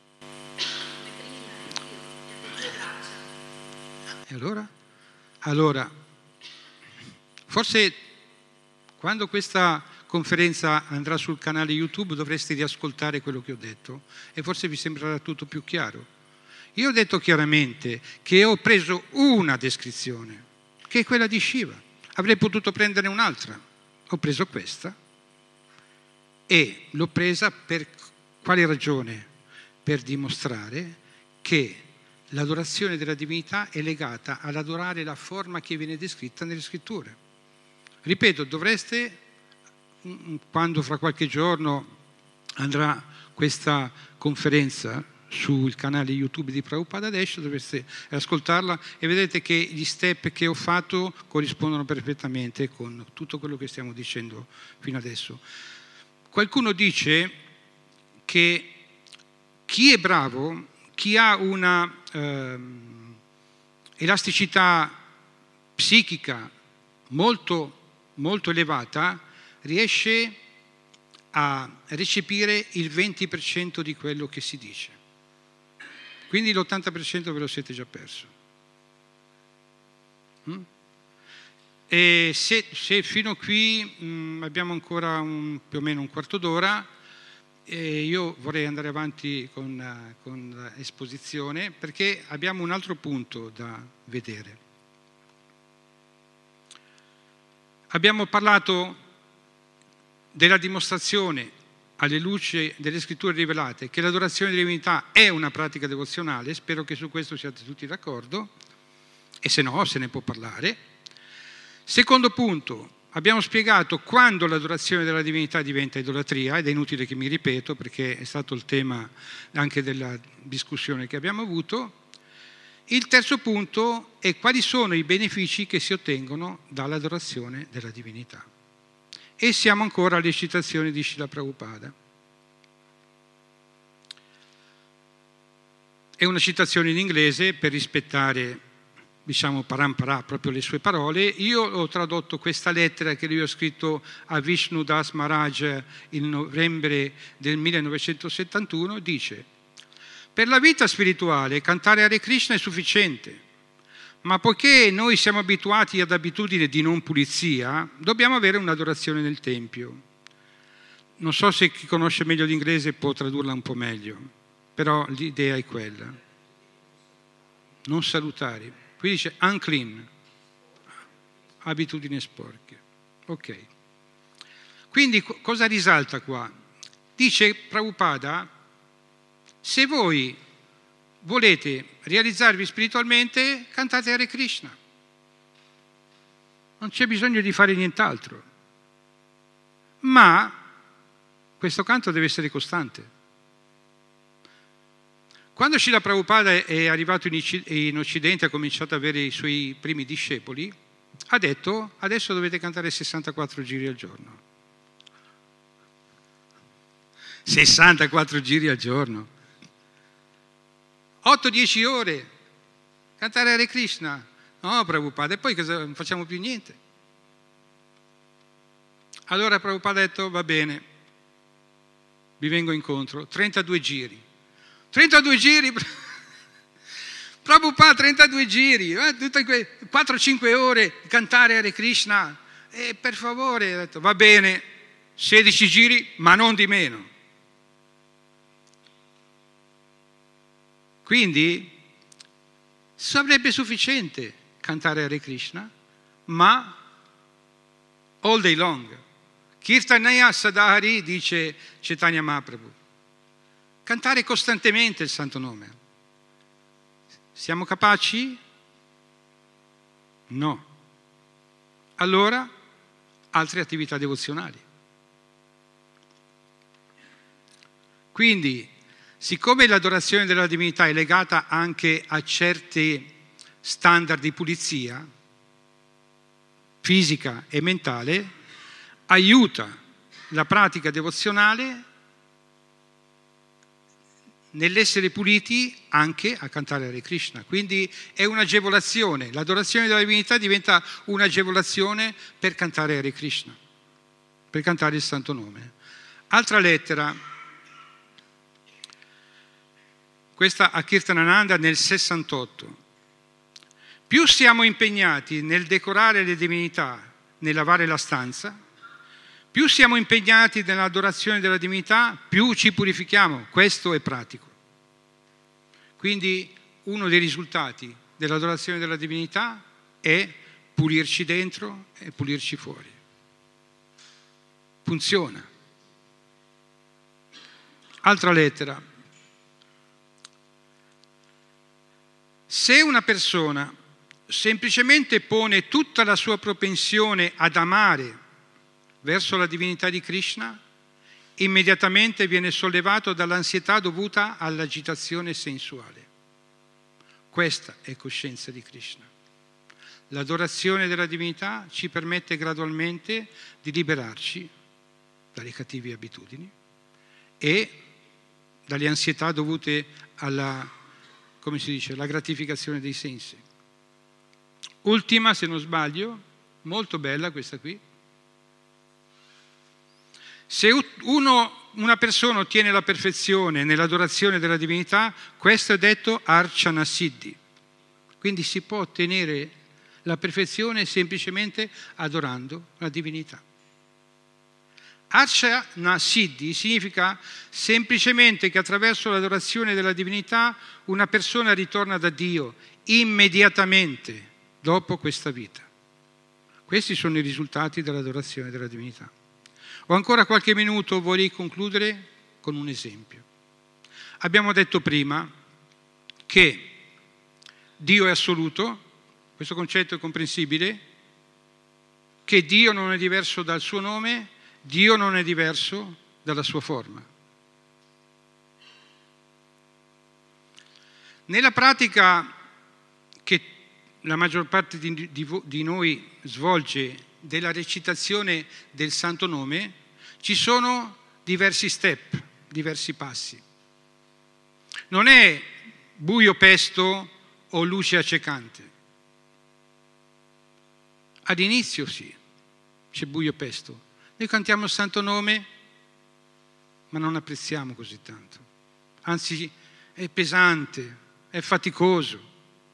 E allora? Allora, forse quando questa conferenza andrà sul canale YouTube dovreste riascoltare quello che ho detto e forse vi sembrerà tutto più chiaro. Io ho detto chiaramente che ho preso una descrizione, che è quella di Shiva. Avrei potuto prendere un'altra. Ho preso questa e l'ho presa per quale ragione? Per dimostrare che l'adorazione della divinità è legata ad adorare la forma che viene descritta nelle scritture. Ripeto, dovreste, quando fra qualche giorno andrà questa conferenza sul canale YouTube di Prabhupada Desh, dovreste ascoltarla e vedete che gli step che ho fatto corrispondono perfettamente con tutto quello che stiamo dicendo fino adesso. Qualcuno dice che chi è bravo, chi ha una ehm, elasticità psichica molto, molto elevata, riesce a recepire il venti per cento di quello che si dice. Quindi l'ottanta per cento ve lo siete già perso. Mm? E se, se fino a qui mh, abbiamo ancora un, più o meno un quarto d'ora, eh, io vorrei andare avanti con, uh, con l'esposizione, perché abbiamo un altro punto da vedere. Abbiamo parlato della dimostrazione alle luci delle scritture rivelate che l'adorazione della divinità è una pratica devozionale, spero che su questo siate tutti d'accordo, e se no se ne può parlare. Secondo punto, abbiamo spiegato quando l'adorazione della divinità diventa idolatria, ed è inutile che mi ripeto perché è stato il tema anche della discussione che abbiamo avuto. Il terzo punto è quali sono i benefici che si ottengono dall'adorazione della divinità. E siamo ancora alle citazioni di Srila Prabhupada. È una citazione in inglese per rispettare, diciamo, parampara, proprio le sue parole. Io ho tradotto questa lettera che lui ha scritto a Vishnu Das Maharaj il novembre del millenovecentosettantuno, dice: per la vita spirituale cantare Hare Krishna è sufficiente, ma poiché noi siamo abituati ad abitudini di non pulizia, dobbiamo avere un'adorazione nel Tempio. Non so se chi conosce meglio l'inglese può tradurla un po' meglio, però l'idea è quella. Non salutari. Qui dice unclean, abitudini sporche. Ok. Quindi cosa risalta qua? Dice Prabhupada, se voi volete realizzarvi spiritualmente, cantate Hare Krishna. Non c'è bisogno di fare nient'altro. Ma questo canto deve essere costante. Quando Srila Prabhupada è arrivato in Occidente e ha cominciato ad avere i suoi primi discepoli, ha detto: adesso dovete cantare sessantaquattro giri al giorno. sessantaquattro giri al giorno. otto dieci ore. Cantare Hare Krishna. No, Prabhupada, e poi cosa? Non facciamo più niente. Allora Prabhupada ha detto: va bene, vi vengo incontro, trentadue giri. trentadue giri, Prabhupada, trentadue giri, eh, tutte quelle quattro cinque ore cantare Hare Krishna, e per favore, ha detto, va bene, sedici giri, ma non di meno. Quindi sarebbe sufficiente cantare Hare Krishna, ma all day long. Kirtanaya Sadahari, dice Chaitanya Mahaprabhu. Cantare costantemente il santo nome. Siamo capaci? No. Allora, altre attività devozionali. Quindi, siccome l'adorazione della divinità è legata anche a certi standard di pulizia fisica e mentale, aiuta la pratica devozionale nell'essere puliti anche a cantare Hare Krishna. Quindi è un'agevolazione, l'adorazione della divinità diventa un'agevolazione per cantare Hare Krishna, per cantare il santo nome. Altra lettera, questa a Kirtanananda nel sessantotto. Più siamo impegnati nel decorare le divinità, nel lavare la stanza, più siamo impegnati nell'adorazione della divinità, più ci purifichiamo. Questo è pratico. Quindi uno dei risultati dell'adorazione della divinità è pulirci dentro e pulirci fuori. Funziona. Altra lettera. Se una persona semplicemente pone tutta la sua propensione ad amare verso la divinità di Krishna, immediatamente viene sollevato dall'ansietà dovuta all'agitazione sensuale. Questa è coscienza di Krishna. L'adorazione della divinità ci permette gradualmente di liberarci dalle cattive abitudini e dalle ansietà dovute alla, come si dice, alla gratificazione dei sensi. Ultima, se non sbaglio, molto bella questa qui. Se uno, una persona ottiene la perfezione nell'adorazione della divinità, questo è detto Archana Siddhi. Quindi si può ottenere la perfezione semplicemente adorando la divinità. Archana Siddhi significa semplicemente che attraverso l'adorazione della divinità una persona ritorna da Dio immediatamente dopo questa vita. Questi sono i risultati dell'adorazione della divinità. Ho ancora qualche minuto, vorrei concludere con un esempio. Abbiamo detto prima che Dio è assoluto, questo concetto è comprensibile, che Dio non è diverso dal suo nome, Dio non è diverso dalla sua forma. Nella pratica che la maggior parte di, di, di noi svolge della recitazione del Santo Nome, ci sono diversi step, diversi passi. Non è buio pesto o luce accecante. All'inizio sì, c'è buio pesto. Noi cantiamo il Santo Nome, ma non apprezziamo così tanto. Anzi, è pesante, è faticoso.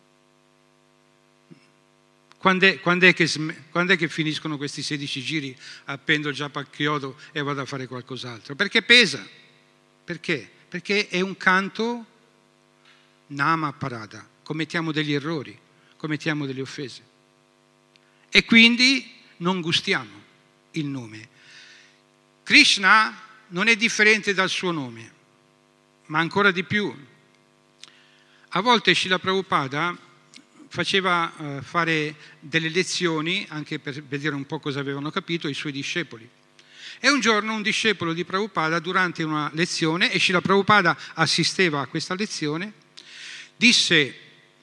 Quando è, quando è, che, quando è che finiscono questi sedici giri, appendo il japa al chiodo e vado a fare qualcos'altro? Perché pesa. Perché? Perché è un canto nama parada. Commettiamo degli errori, commettiamo delle offese. E quindi non gustiamo il nome. Krishna non è differente dal suo nome, ma ancora di più. A volte Srila Prabhupada faceva uh, fare delle lezioni, anche per vedere un po' cosa avevano capito, i suoi discepoli. E un giorno un discepolo di Prabhupada, durante una lezione, e Srila Prabhupada assisteva a questa lezione, disse: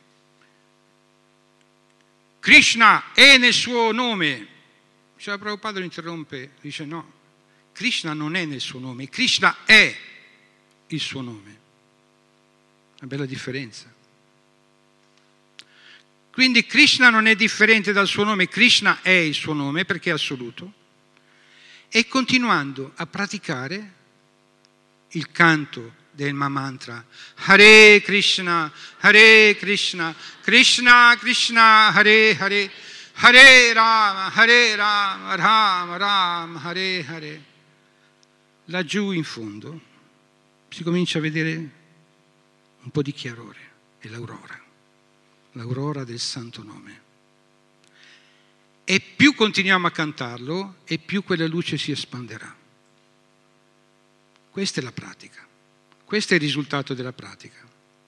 Krishna è nel suo nome. Srila Prabhupada lo interrompe, dice no, Krishna non è nel suo nome, Krishna è il suo nome. Una bella differenza. Quindi Krishna non è differente dal suo nome, Krishna è il suo nome perché è assoluto. E continuando a praticare il canto del Mahamantra, Hare Krishna, Hare Krishna, Krishna Krishna, Hare Hare, Hare Rama, Hare Rama, Rama Rama, Hare Hare. Laggiù in fondo si comincia a vedere un po' di chiarore, è l'aurora, l'aurora del Santo Nome. E più continuiamo a cantarlo, e più quella luce si espanderà. Questa è la pratica, questo è il risultato della pratica.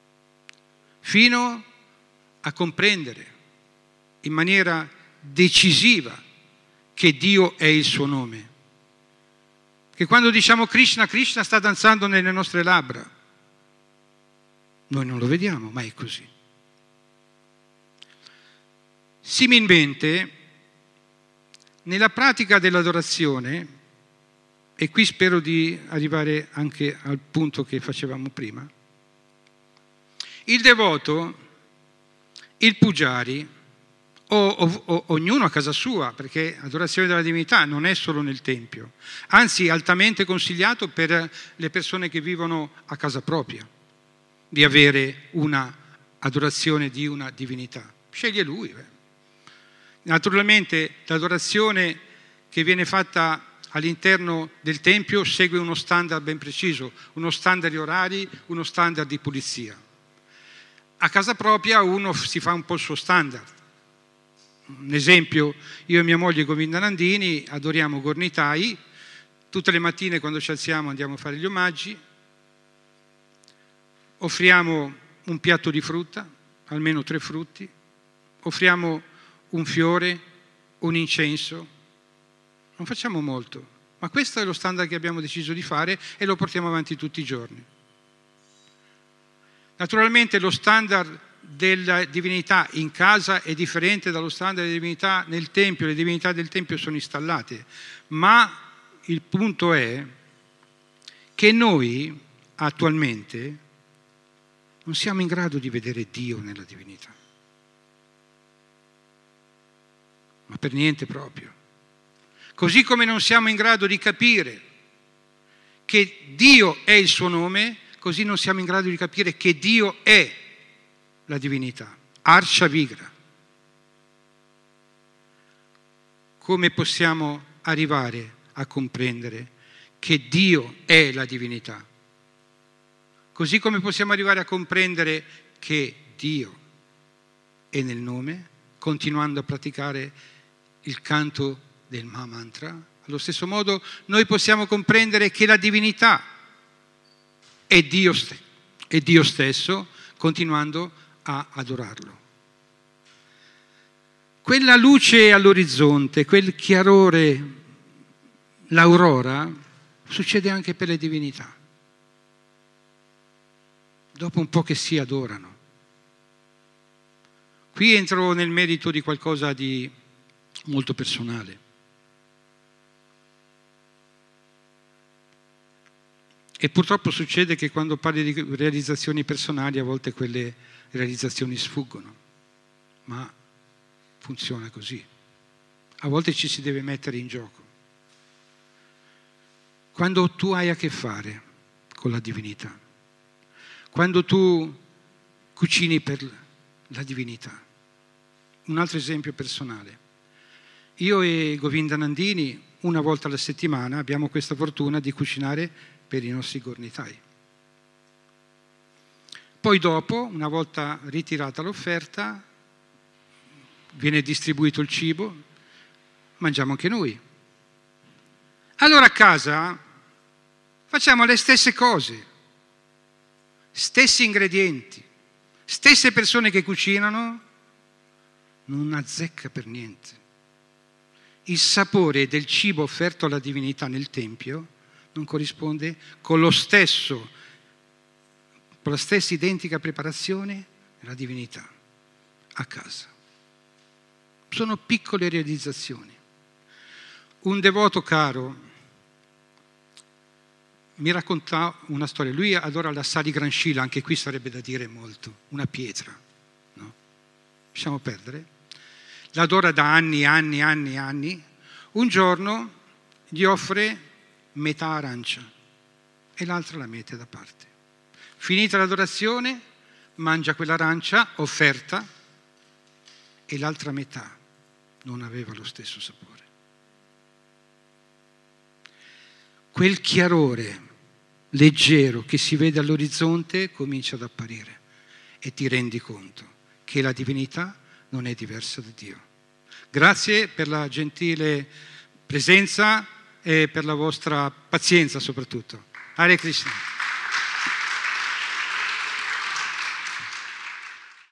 Fino a comprendere in maniera decisiva che Dio è il suo nome. Che quando diciamo Krishna, Krishna sta danzando nelle nostre labbra. Noi non lo vediamo, ma è così. Similmente, nella pratica dell'adorazione, e qui spero di arrivare anche al punto che facevamo prima, il devoto, il pugiari, O, o, o, ognuno a casa sua, perché l'adorazione della divinità non è solo nel Tempio, anzi è altamente consigliato per le persone che vivono a casa propria, di avere una adorazione di una divinità. Sceglie lui. Beh. Naturalmente l'adorazione che viene fatta all'interno del Tempio segue uno standard ben preciso, uno standard di orari, uno standard di pulizia. A casa propria uno si fa un po' il suo standard. Un esempio, io e mia moglie Govinda Nandini adoriamo Gornitai, tutte le mattine quando ci alziamo andiamo a fare gli omaggi, offriamo un piatto di frutta, almeno tre frutti, offriamo un fiore, un incenso, non facciamo molto, ma questo è lo standard che abbiamo deciso di fare e lo portiamo avanti tutti i giorni. Naturalmente lo standard della divinità in casa è differente dallo standard della divinità nel Tempio, le divinità del Tempio sono installate, ma il punto è che noi attualmente non siamo in grado di vedere Dio nella divinità, ma per niente proprio. Così come non siamo in grado di capire che Dio è il suo nome, così non siamo in grado di capire che Dio è la divinità. Arcia Vigra. Come possiamo arrivare a comprendere che Dio è la divinità? Così come possiamo arrivare a comprendere che Dio è nel nome, continuando a praticare il canto del Mahamantra, allo stesso modo noi possiamo comprendere che la divinità è Dio, st- è Dio stesso, continuando a adorarlo. Quella luce all'orizzonte, quel chiarore, l'aurora, succede anche per le divinità. Dopo un po' che si adorano. Qui entro nel merito di qualcosa di molto personale. E purtroppo succede che quando parli di realizzazioni personali a volte quelle realizzazioni sfuggono, ma funziona così. A volte ci si deve mettere in gioco. Quando tu hai a che fare con la divinità, quando tu cucini per la divinità. Un altro esempio personale. Io e Govinda Nandini una volta alla settimana abbiamo questa fortuna di cucinare per i nostri gornitai. Poi dopo, una volta ritirata l'offerta, viene distribuito il cibo, mangiamo anche noi. Allora a casa facciamo le stesse cose, stessi ingredienti, stesse persone che cucinano, non azzecca per niente. Il sapore del cibo offerto alla divinità nel Tempio non corrisponde con lo stesso, con la stessa identica preparazione della divinità a casa. Sono piccole realizzazioni. Un devoto caro mi racconta una storia. Lui adora la Saligrancila, anche qui sarebbe da dire molto, una pietra, no? Lasciamo perdere. L'adora da anni, anni, anni, anni. Un giorno gli offre metà arancia e l'altra la mette da parte. Finita l'adorazione, mangia quell'arancia offerta e l'altra metà non aveva lo stesso sapore. Quel chiarore leggero che si vede all'orizzonte comincia ad apparire e ti rendi conto che la divinità non è diversa da Dio. Grazie per la gentile presenza e per la vostra pazienza soprattutto. Hare Krishna.